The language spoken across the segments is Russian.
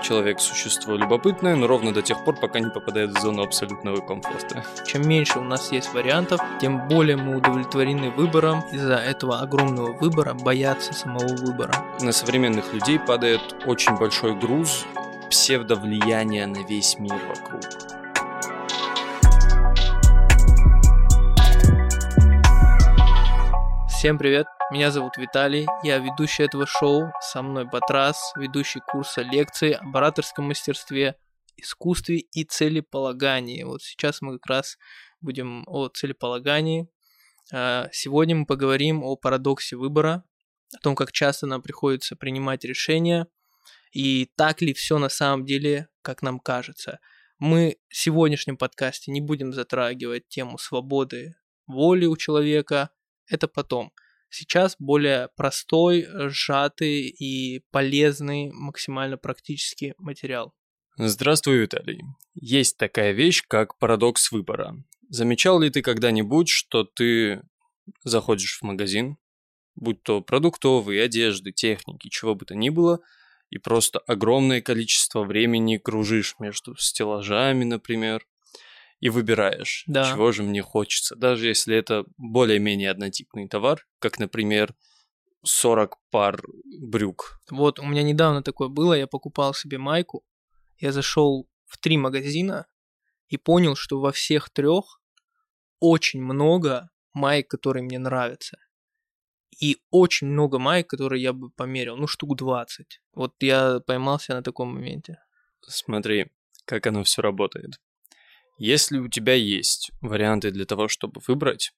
Человек – существо любопытное, но ровно до тех пор, пока не попадает в зону абсолютного комфорта. Чем меньше у нас есть вариантов, тем более мы удовлетворены выбором. Из-за этого огромного выбора боятся самого выбора. На современных людей падает очень большой груз псевдовлияния на весь мир вокруг. Всем привет, меня зовут Виталий, я ведущий этого шоу, со мной Батрас, ведущий курса лекций об ораторском мастерстве, искусстве и целеполагании. Вот сейчас мы как раз будем о целеполагании. Сегодня мы поговорим о парадоксе выбора, о том, как часто нам приходится принимать решения, и так ли все на самом деле, как нам кажется. Мы в сегодняшнем подкасте не будем затрагивать тему свободы воли у человека, это потом. Сейчас более простой, сжатый и полезный, максимально практический материал. Здравствуй, Виталий. Есть такая вещь, как парадокс выбора. Замечал ли ты когда-нибудь, что ты заходишь в магазин, будь то продуктовые, одежды, техники, чего бы то ни было, и просто огромное количество времени кружишь между стеллажами, например, и выбираешь, чего же мне хочется, даже если это более-менее однотипный товар, как, например, 40 пар брюк. Вот, у меня недавно такое было, я покупал себе майку, я зашел в 3 магазина и понял, что во всех 3 очень много майк, которые мне нравятся. И очень много майк, которые я бы померил, штук 20. Вот я поймался на таком моменте. Смотри, как оно все работает. Если у тебя есть варианты для того, чтобы выбрать,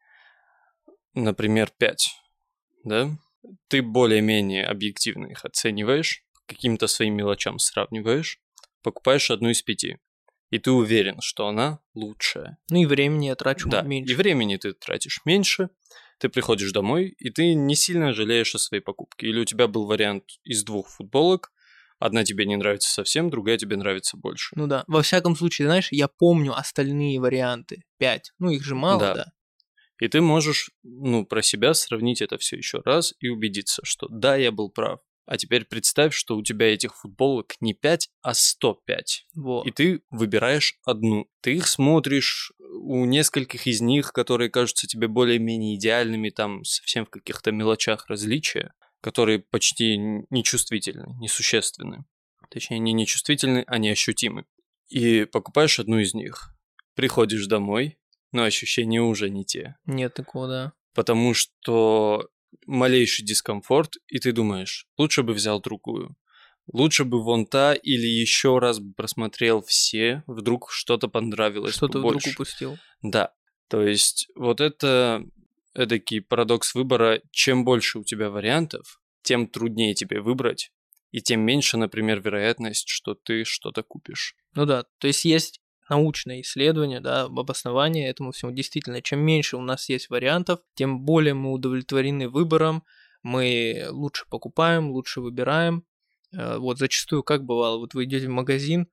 например, 5, да, ты более-менее объективно их оцениваешь, каким-то своим мелочам сравниваешь, покупаешь одну из 5, и ты уверен, что она лучшая. И времени я трачу меньше. И времени ты тратишь меньше, ты приходишь домой, и ты не сильно жалеешь о своей покупке. Или у тебя был вариант из 2 футболок, одна тебе не нравится совсем, другая тебе нравится больше. Во всяком случае, знаешь, я помню остальные варианты. 5. Их же мало, да. И ты можешь, про себя сравнить это все еще раз и убедиться, что да, я был прав. А теперь представь, что у тебя этих футболок не 5, а 105. Вот. И ты выбираешь одну. Ты их смотришь, у нескольких из них, которые кажутся тебе более-менее идеальными, там совсем в каких-то мелочах различия, которые почти нечувствительны, несущественны. Точнее, не нечувствительны, а неощутимы. И покупаешь одну из них. Приходишь домой, но ощущения уже не те. Нет такого, да. Потому что малейший дискомфорт, и ты думаешь, лучше бы взял другую. Лучше бы вон та, или еще раз бы просмотрел все, вдруг что-то понравилось Что-то побольше. вдруг упустил. Да, то есть вот это эдакий парадокс выбора. Чем больше у тебя вариантов, тем труднее тебе выбрать, и тем меньше, например, вероятность, что ты что-то купишь. То есть есть научное исследование, обоснование этому всему. Действительно, чем меньше у нас есть вариантов, тем более мы удовлетворены выбором, мы лучше покупаем, лучше выбираем. Вот зачастую как бывало, вот вы идете в магазин,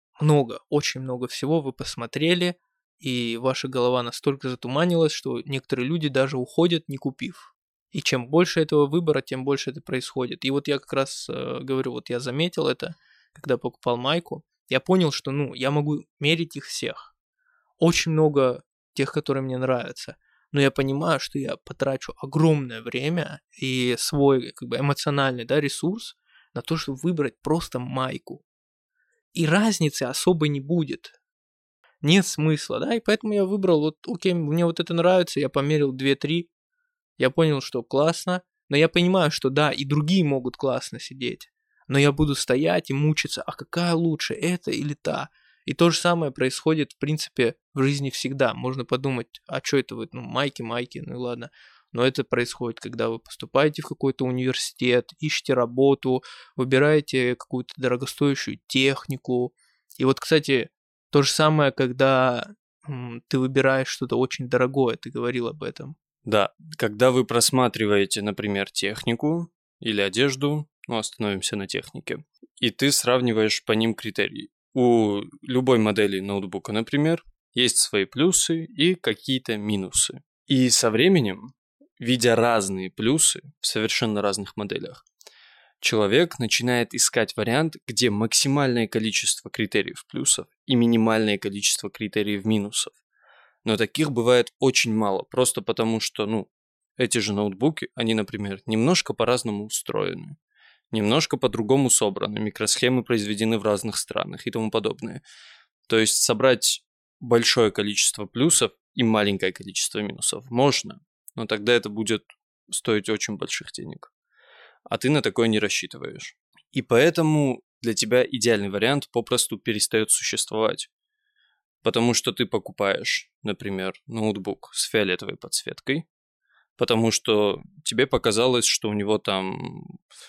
очень много всего вы посмотрели, и ваша голова настолько затуманилась, что некоторые люди даже уходят, не купив. И чем больше этого выбора, тем больше это происходит. И вот я как раз говорю, вот я заметил это, когда покупал майку, я понял, что, я могу мерить их всех. Очень много тех, которые мне нравятся. Но я понимаю, что я потрачу огромное время и свой эмоциональный ресурс на то, чтобы выбрать просто майку. И разницы особо не будет. Нет смысла, и поэтому я выбрал, окей, мне вот это нравится, я померил 2-3, я понял, что классно, но я понимаю, что и другие могут классно сидеть. Но я буду стоять и мучиться, а какая лучше, эта или та? И то же самое происходит, в принципе, в жизни всегда. Можно подумать, а что это вы, майки, ладно. Но это происходит, когда вы поступаете в какой-то университет, ищете работу, выбираете какую-то дорогостоящую технику. И вот, кстати, то же самое, когда ты выбираешь что-то очень дорогое, ты говорил об этом. Да, когда вы просматриваете, например, технику или одежду, остановимся на технике, и ты сравниваешь по ним критерии. У любой модели ноутбука, например, есть свои плюсы и какие-то минусы. И со временем, видя разные плюсы в совершенно разных моделях, Человек начинает искать вариант, где максимальное количество критериев плюсов и минимальное количество критериев минусов. Но таких бывает очень мало, просто потому что, эти же ноутбуки, они, например, немножко по-разному устроены, немножко по-другому собраны, микросхемы произведены в разных странах и тому подобное. То есть собрать большое количество плюсов и маленькое количество минусов можно, но тогда это будет стоить очень больших денег. А ты на такое не рассчитываешь. И поэтому для тебя идеальный вариант попросту перестает существовать. Потому что ты покупаешь, например, ноутбук с фиолетовой подсветкой, потому что тебе показалось, что у него там,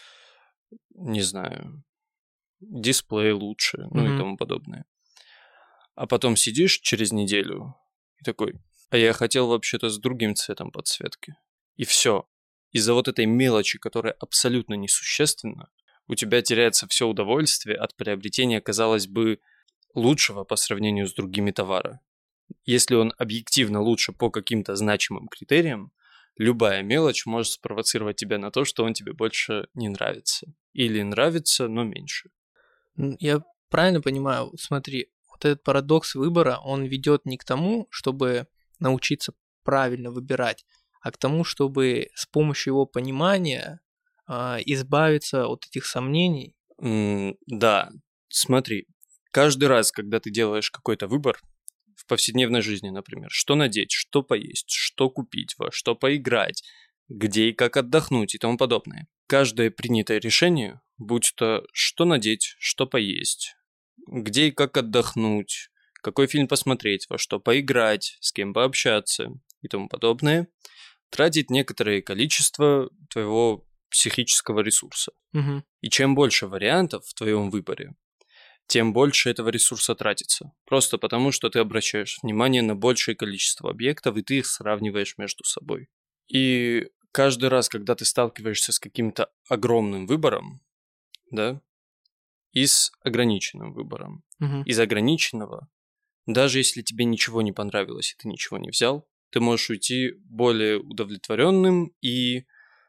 не знаю, дисплей лучше, и тому подобное. А потом сидишь через неделю и такой, а я хотел вообще-то с другим цветом подсветки. И все. Из-за вот этой мелочи, которая абсолютно несущественна, у тебя теряется все удовольствие от приобретения, казалось бы, лучшего по сравнению с другими товара. Если он объективно лучше по каким-то значимым критериям, любая мелочь может спровоцировать тебя на то, что он тебе больше не нравится. Или нравится, но меньше. Я правильно понимаю, смотри, вот этот парадокс выбора, он ведет не к тому, чтобы научиться правильно выбирать, а к тому, чтобы с помощью его понимания избавиться от этих сомнений. Да, смотри, каждый раз, когда ты делаешь какой-то выбор, в повседневной жизни, например, что надеть, что поесть, что купить, во что поиграть, где и как отдохнуть и тому подобное. Каждое принятое решение, будь то что надеть, что поесть, где и как отдохнуть, какой фильм посмотреть, во что поиграть, с кем пообщаться и тому подобное, тратит некоторое количество твоего психического ресурса. Угу. И чем больше вариантов в твоем выборе, тем больше этого ресурса тратится. Просто потому, что ты обращаешь внимание на большее количество объектов, и ты их сравниваешь между собой. И каждый раз, когда ты сталкиваешься с каким-то огромным выбором, да, и с ограниченным выбором. Угу. Из ограниченного, даже если тебе ничего не понравилось и ты ничего не взял, ты можешь уйти более удовлетворенным и,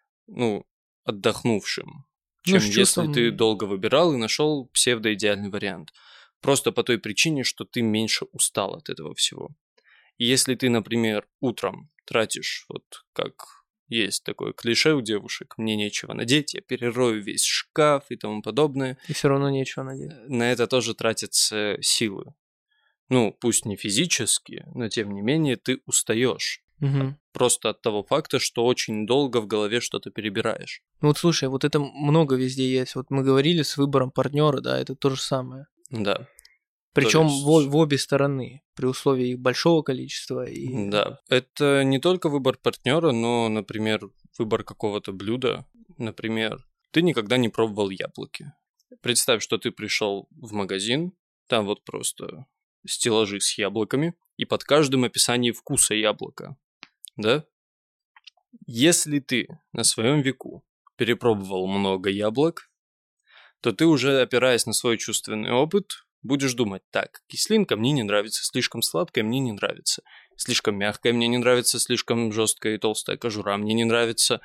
отдохнувшим, чем если ты долго выбирал и нашел псевдоидеальный вариант. Просто по той причине, что ты меньше устал от этого всего. И если ты, например, утром тратишь, вот как есть такое клише у девушек, мне нечего надеть, я перерою весь шкаф и тому подобное. И все равно нечего надеть. На это тоже тратятся силы. Пусть не физически, но тем не менее ты устаешь. Угу. Просто от того факта, что очень долго в голове что-то перебираешь. Вот слушай, вот это много везде есть. Вот мы говорили с выбором партнера, да, это то же самое. Да. Причем есть... в обе стороны, при условии их большого количества. И... Да. Это не только выбор партнера, но, например, выбор какого-то блюда. Например, ты никогда не пробовал яблоки. Представь, что ты пришел в магазин, там вот просто стеллажи с яблоками, и под каждым описание вкуса яблока. Да? Если ты на своем веку перепробовал много яблок, то ты уже, опираясь на свой чувственный опыт, будешь думать, так, кислинка мне не нравится, слишком сладкая мне не нравится, слишком мягкая мне не нравится, слишком жесткая и толстая кожура мне не нравится,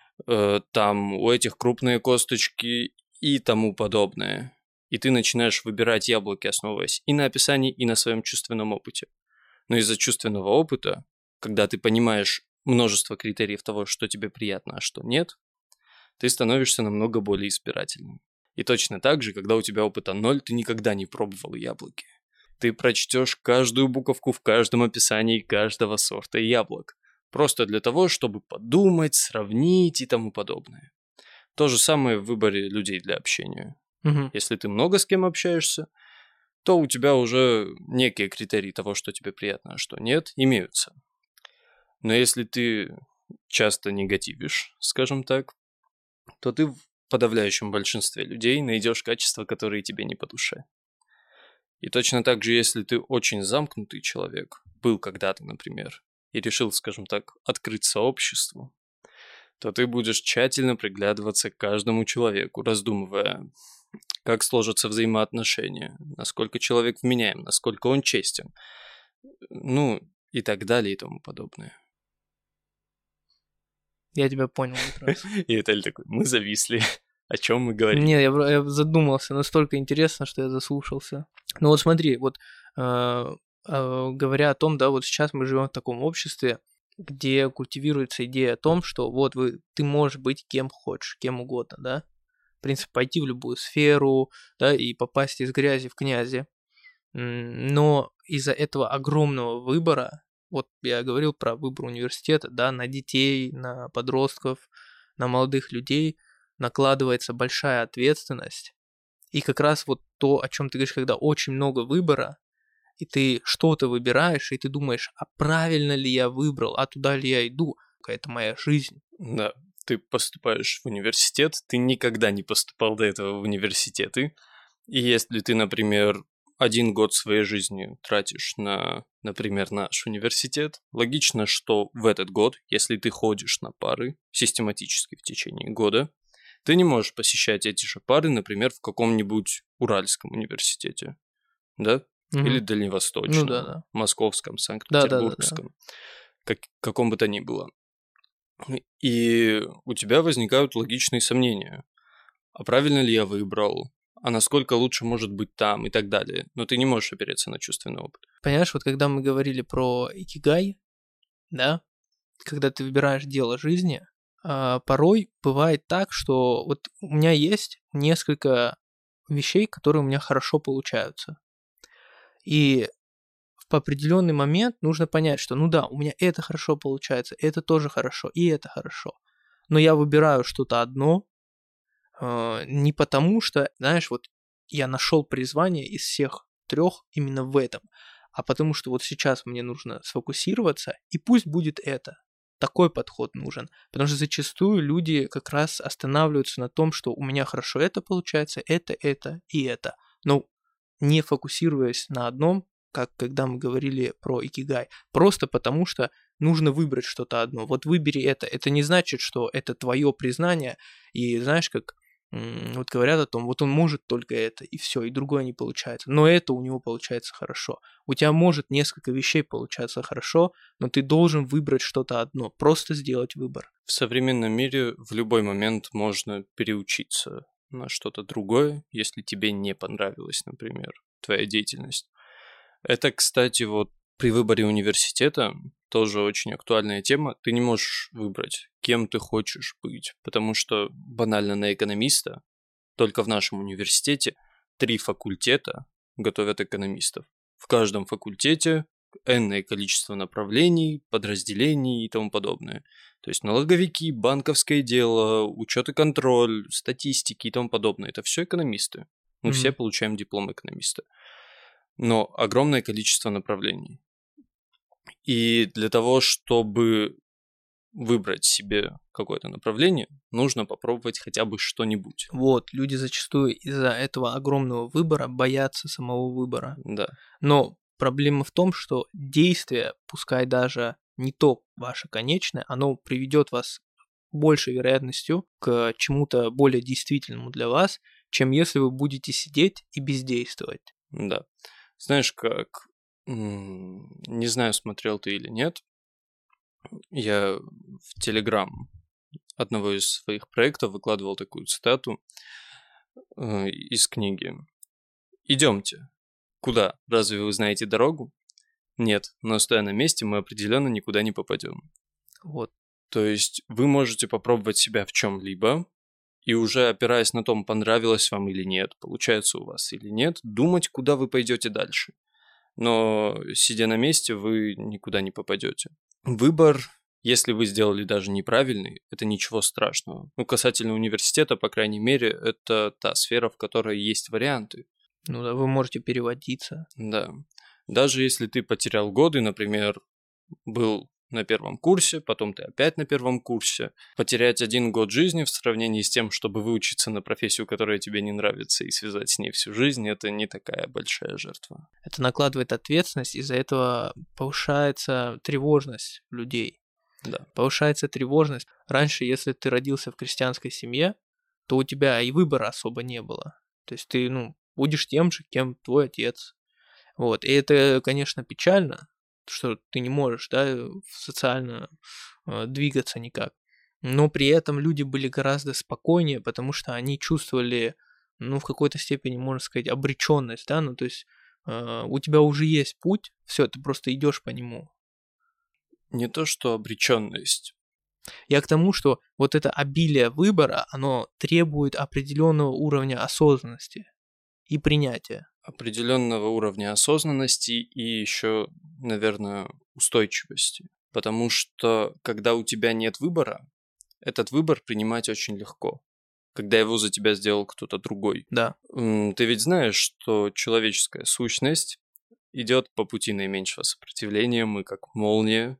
там у этих крупные косточки и тому подобное. И ты начинаешь выбирать яблоки, основываясь и на описании, и на своем чувственном опыте. Но из-за чувственного опыта, когда ты понимаешь множество критериев того, что тебе приятно, а что нет, ты становишься намного более избирательным. И точно так же, когда у тебя опыта 0, ты никогда не пробовал яблоки. Ты прочтешь каждую буковку в каждом описании каждого сорта яблок. Просто для того, чтобы подумать, сравнить и тому подобное. То же самое в выборе людей для общения. Угу. Если ты много с кем общаешься, то у тебя уже некие критерии того, что тебе приятно, а что нет, имеются. Но если ты часто негативишь, скажем так, то ты в подавляющем большинстве людей найдешь качества, которые тебе не по душе. И точно так же, если ты очень замкнутый человек, был когда-то, например, и решил, скажем так, открыться обществу, то ты будешь тщательно приглядываться к каждому человеку, раздумывая, как сложатся взаимоотношения, насколько человек вменяем, насколько он честен, и так далее и тому подобное. Я тебя понял как раз. И Виталий такой, мы зависли. о чем мы говорим. Не, я задумался, настолько интересно, что я заслушался. Ну вот смотри, вот говоря о том, да, вот сейчас мы живем в таком обществе, где культивируется идея о том, что вот ты можешь быть кем хочешь, кем угодно, да. В принципе, пойти в любую сферу, да, и попасть из грязи в князи. Но из-за этого огромного выбора, вот я говорил про выбор университета, да, на детей, на подростков, на молодых людей накладывается большая ответственность. И как раз вот то, о чем ты говоришь, когда очень много выбора, и ты что-то выбираешь, и ты думаешь, а правильно ли я выбрал, а туда ли я иду, это моя жизнь. Да, ты поступаешь в университет, ты никогда не поступал до этого в университеты, и если ты, например, 1 год своей жизни тратишь на, например, наш университет, логично, что в этот год, если ты ходишь на пары систематически в течение года, ты не можешь посещать эти же пары, например, в каком-нибудь Уральском университете, да? Или Дальневосточном, Ну да. Московском, Да. Санкт-Петербургском, каком бы то ни было. И у тебя возникают логичные сомнения. А правильно ли я выбрал? А насколько лучше может быть там и так далее. Но ты не можешь опереться на чувственный опыт. Понимаешь, вот когда мы говорили про икигай, да, когда ты выбираешь дело жизни, порой бывает так, что вот у меня есть несколько вещей, которые у меня хорошо получаются. И в определенный момент нужно понять, что ну да, у меня это хорошо получается, это тоже хорошо, и это хорошо. Но я выбираю что-то одно, не потому что, знаешь, вот я нашел призвание из всех 3 именно в этом, а потому что вот сейчас мне нужно сфокусироваться, и пусть будет это. Такой подход нужен. Потому что зачастую люди как раз останавливаются на том, что у меня хорошо это получается, это и это. Но не фокусируясь на одном, как когда мы говорили про икигай, просто потому что нужно выбрать что-то одно. Вот выбери это. Это не значит, что это твое признание, и знаешь, как вот говорят о том, вот он может только это, и все, и другое не получается. Но это у него получается хорошо. У тебя может несколько вещей получаться хорошо, но ты должен выбрать что-то одно, просто сделать выбор. В современном мире в любой момент можно переучиться на что-то другое, если тебе не понравилась, например, твоя деятельность. Это, кстати, вот при выборе университета тоже очень актуальная тема. Ты не можешь выбрать, кем ты хочешь быть, потому что банально на экономиста только в нашем университете 3 факультета готовят экономистов. В каждом факультете энное количество направлений, подразделений и тому подобное. То есть налоговики, банковское дело, учет и контроль, статистики и тому подобное. Это все экономисты. Мы все получаем диплом экономиста. Но огромное количество направлений. И для того, чтобы выбрать себе какое-то направление, нужно попробовать хотя бы что-нибудь. Вот, люди зачастую из-за этого огромного выбора боятся самого выбора. Да. Но проблема в том, что действие, пускай даже не то ваше конечное, оно приведет вас большей вероятностью к чему-то более действительному для вас, чем если вы будете сидеть и бездействовать. Да. Знаешь, как... Не знаю, смотрел ты или нет. Я в Телеграм одного из своих проектов выкладывал такую цитату из книги. «Идемте. Куда? Разве вы знаете дорогу? Нет, но стоя на месте, мы определенно никуда не попадем». Вот. То есть вы можете попробовать себя в чем-либо, и уже опираясь на том, понравилось вам или нет, получается у вас или нет, думать, куда вы пойдете дальше. Но сидя на месте, вы никуда не попадете. Выбор, если вы сделали даже неправильный, это ничего страшного. Ну, касательно университета, по крайней мере, это та сфера, в которой есть варианты. Ну да, вы можете переводиться. Да. Даже если ты потерял годы, например, был на 1 курсе, потом ты опять на 1 курсе. Потерять 1 год жизни в сравнении с тем, чтобы выучиться на профессию, которая тебе не нравится, и связать с ней всю жизнь, это не такая большая жертва. Это накладывает ответственность, из-за этого повышается тревожность людей. Да. Повышается тревожность. Раньше, если ты родился в крестьянской семье, то у тебя и выбора особо не было. То есть ты, будешь тем же, кем твой отец. Вот. И это, конечно, печально, что ты не можешь, да, социально двигаться никак. Но при этом люди были гораздо спокойнее, потому что они чувствовали, в какой-то степени, можно сказать, обреченность, да, то есть у тебя уже есть путь, все, ты просто идешь по нему. Не то что обреченность. Я к тому, что вот это обилие выбора, оно требует определенного уровня осознанности и принятия. Определенного уровня осознанности и еще, наверное, устойчивости. Потому что, когда у тебя нет выбора, этот выбор принимать очень легко. Когда его за тебя сделал кто-то другой. Да. Ты ведь знаешь, что человеческая сущность идет по пути наименьшего сопротивления, мы как молния.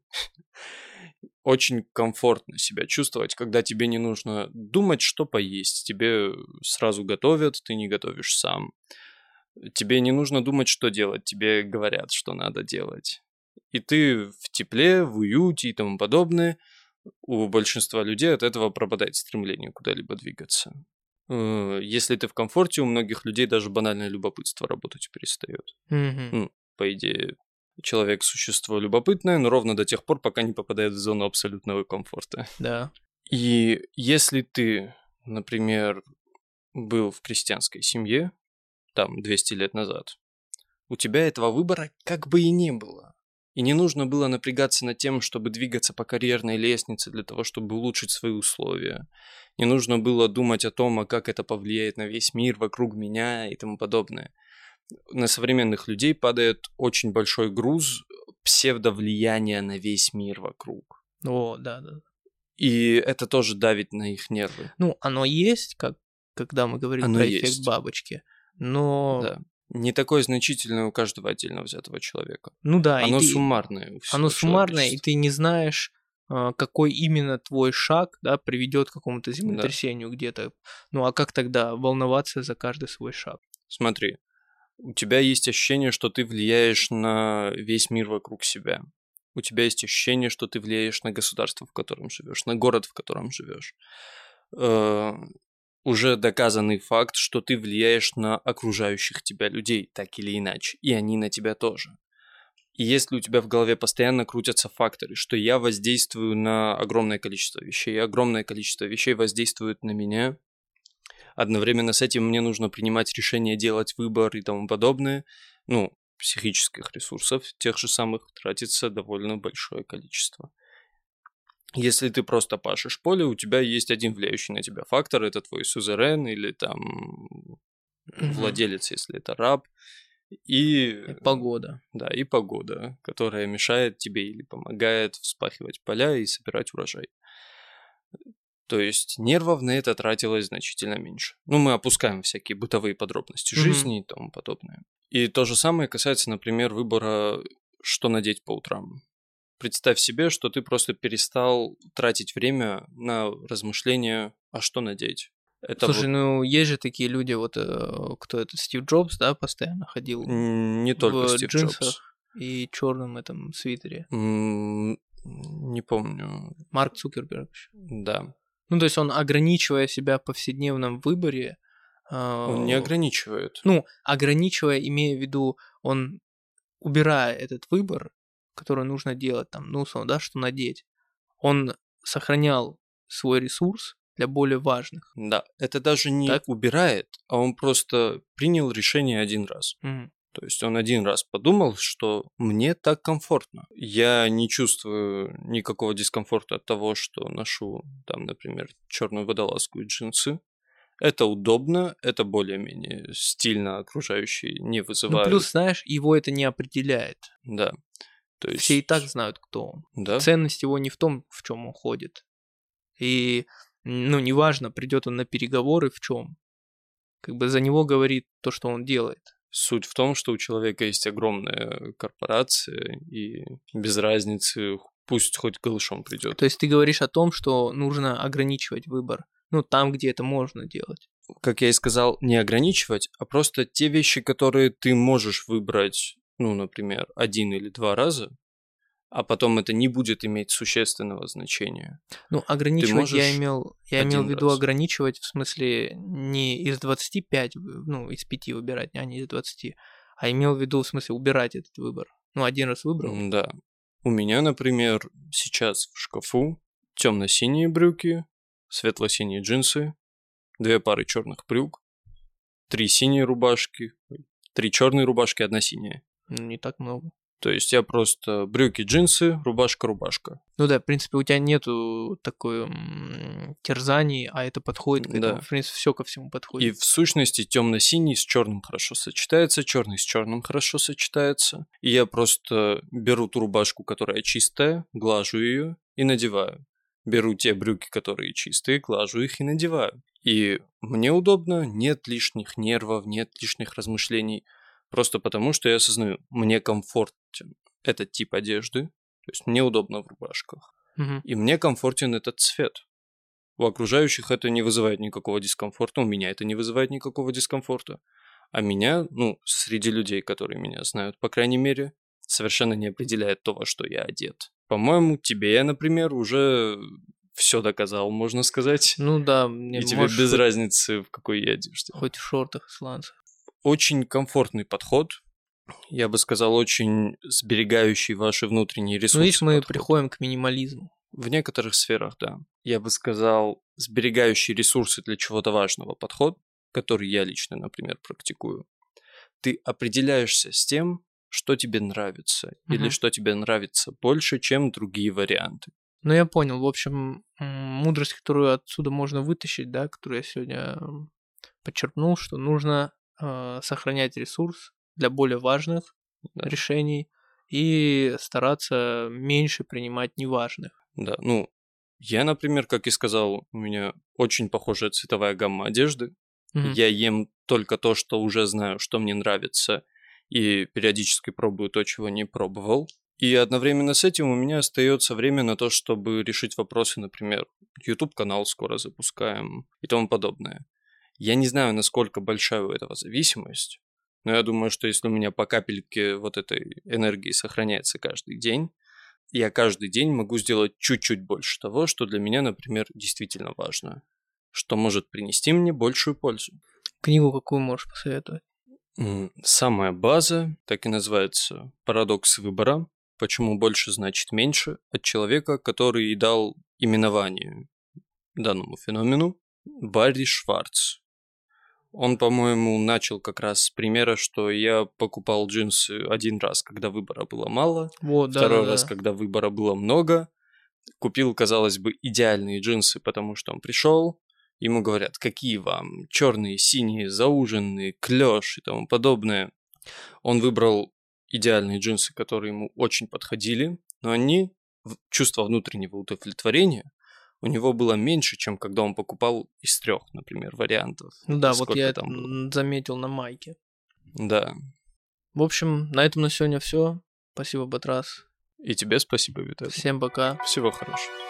Очень комфортно себя чувствовать, когда тебе не нужно думать, что поесть. Тебе сразу готовят, ты не готовишь сам. Тебе не нужно думать, что делать, тебе говорят, что надо делать. И ты в тепле, в уюте и тому подобное. У большинства людей от этого пропадает стремление куда-либо двигаться. Если ты в комфорте, у многих людей даже банальное любопытство работать перестает. Угу. По идее, человек – существо любопытное, но ровно до тех пор, пока не попадает в зону абсолютного комфорта. Да. И если ты, например, был в крестьянской семье, там, 200 лет назад, у тебя этого выбора как бы и не было. И не нужно было напрягаться над тем, чтобы двигаться по карьерной лестнице для того, чтобы улучшить свои условия. Не нужно было думать о том, а как это повлияет на весь мир вокруг меня и тому подобное. На современных людей падает очень большой груз псевдовлияния на весь мир вокруг. О, да. И это тоже давит на их нервы. Оно есть, когда мы говорим Оно про есть. эффект бабочки, но... Да. Не такое значительное у каждого отдельно взятого человека. Да. Оно суммарное у всего Оно суммарное, и человечества. ты не знаешь, какой именно твой шаг, да, приведет к какому-то землетрясению где-то. А как тогда волноваться за каждый свой шаг? Смотри, у тебя есть ощущение, что ты влияешь на весь мир вокруг себя. У тебя есть ощущение, что ты влияешь на государство, в котором живешь, на город, в котором живешь. Уже доказанный факт, что ты влияешь на окружающих тебя людей, так или иначе, и они на тебя тоже. И если у тебя в голове постоянно крутятся факторы, что я воздействую на огромное количество вещей, и огромное количество вещей воздействует на меня, одновременно с этим мне нужно принимать решения, делать выбор и тому подобное, психических ресурсов тех же самых тратится довольно большое количество. Если ты просто пашешь поле, у тебя есть один влияющий на тебя фактор, это твой сюзерен или там владелец, если это раб. И погода. Да, и погода, которая мешает тебе или помогает вспахивать поля и собирать урожай. То есть нервов на это тратилось значительно меньше. Мы опускаем всякие бытовые подробности жизни и тому подобное. И то же самое касается, например, выбора, что надеть по утрам. Представь себе, что ты просто перестал тратить время на размышления, а что надеть. Слушай, есть же такие люди, кто это, Стив Джобс, да, постоянно ходил не только в Стив джинсах Джобс. И черном этом свитере. Не помню. Марк Цукерберг. Да. То есть он, ограничивая себя в повседневном выборе... Он не ограничивает. Ограничивая, имея в виду, он, убирая этот выбор, который нужно делать, там, да, что надеть, он сохранял свой ресурс для более важных. Да, это даже не убирает, а он просто принял решение один раз. То есть он один раз подумал, что мне так комфортно. Я не чувствую никакого дискомфорта от того, что ношу, там, например, черную водолазку и джинсы. Это удобно, это более-менее стильно, окружающие не вызывают. Плюс, знаешь, его это не определяет. Да. То есть... Все и так знают, кто он. Да? Ценность его не в том, в чем он ходит. И, неважно, придет он на переговоры в чем. За него говорит то, что он делает. Суть в том, что у человека есть огромная корпорация, и без разницы, пусть хоть голышом придет. То есть ты говоришь о том, что нужно ограничивать выбор. Там, где это можно делать. Как я и сказал, не ограничивать, а просто те вещи, которые ты можешь выбрать, например, 1 или 2 раза, а потом это не будет иметь существенного значения. Ограничивать я имел в виду ограничивать, в смысле, не из 25, из 5 выбирать, а не из 20, а имел в виду, в смысле, убирать этот выбор. Один раз выбрал. Да. У меня, например, сейчас в шкафу темно-синие брюки, светло-синие джинсы, 2 пары черных брюк, 3 синие рубашки, 3 черные рубашки, 1 синяя. Не так много. То есть я просто брюки, джинсы, рубашка. Ну да, в принципе, у тебя нету такой терзаний, а это подходит к этому. Да. В принципе, все ко всему И подходит. в сущности темно-синий с черным хорошо сочетается, черный с черным хорошо сочетается. И я просто беру ту рубашку, которая чистая, глажу ее и надеваю. Беру те брюки, которые чистые, глажу их и надеваю. И мне удобно, нет лишних нервов, нет лишних размышлений. Просто потому, что я осознаю, мне комфортен этот тип одежды, то есть мне удобно в рубашках. Мгм. И мне комфортен этот цвет. У окружающих это не вызывает никакого дискомфорта, у меня это не вызывает никакого дискомфорта. А меня, среди людей, которые меня знают, по крайней мере, совершенно не определяет то, во что я одет. По-моему, тебе я, например, уже все доказал, можно сказать. Ну да, мне И тебе можешь без разницы, в какой я одежде. хоть в шортах и сланцах. Очень комфортный подход. Я бы сказал, очень сберегающий ваши внутренние ресурсы. Ну, видишь, мы подход. приходим к минимализму. В некоторых сферах, да. Я бы сказал, сберегающий ресурсы для чего-то важного подход, который я лично, например, практикую. Ты определяешься с тем, что тебе нравится, или Мгм. что тебе нравится больше, чем другие варианты. Ну, я понял. В общем, мудрость, которую отсюда можно вытащить, да, которую я сегодня подчеркнул, что нужно сохранять ресурс для более важных Да. решений и стараться меньше принимать неважных. Да, я, например, как и сказал, у меня очень похожая цветовая гамма одежды. Мгм. Я ем только то, что уже знаю, что мне нравится, и периодически пробую то, чего не пробовал. И одновременно с этим у меня остается время на то, чтобы решить вопросы, например, YouTube-канал скоро запускаем и тому подобное. Я не знаю, насколько большая у этого зависимость, но я думаю, что если у меня по капельке вот этой энергии сохраняется каждый день, я каждый день могу сделать чуть-чуть больше того, что для меня, например, действительно важно, что может принести мне большую пользу. Книгу какую можешь посоветовать? Самая база, так и называется, «Парадокс выбора. Почему больше значит меньше» от человека, который дал именование данному феномену, Барри Шварц. Он, по-моему, начал как раз с примера, что я покупал джинсы один раз, когда выбора было мало, Вот, второй да-да-да. раз, когда выбора было много, купил, казалось бы, идеальные джинсы, потому что он пришел, ему говорят, какие вам, черные, синие, зауженные, клеш и тому подобное. Он выбрал идеальные джинсы, которые ему очень подходили, но они, чувство внутреннего удовлетворения, у него было меньше, чем когда он покупал из 3, например, вариантов. Ну да, вот Сколько я это там было. заметил на майке. Да. В общем, на этом на сегодня все. Спасибо, Батрас. И тебе спасибо, Виталий. Всем пока. Всего хорошего.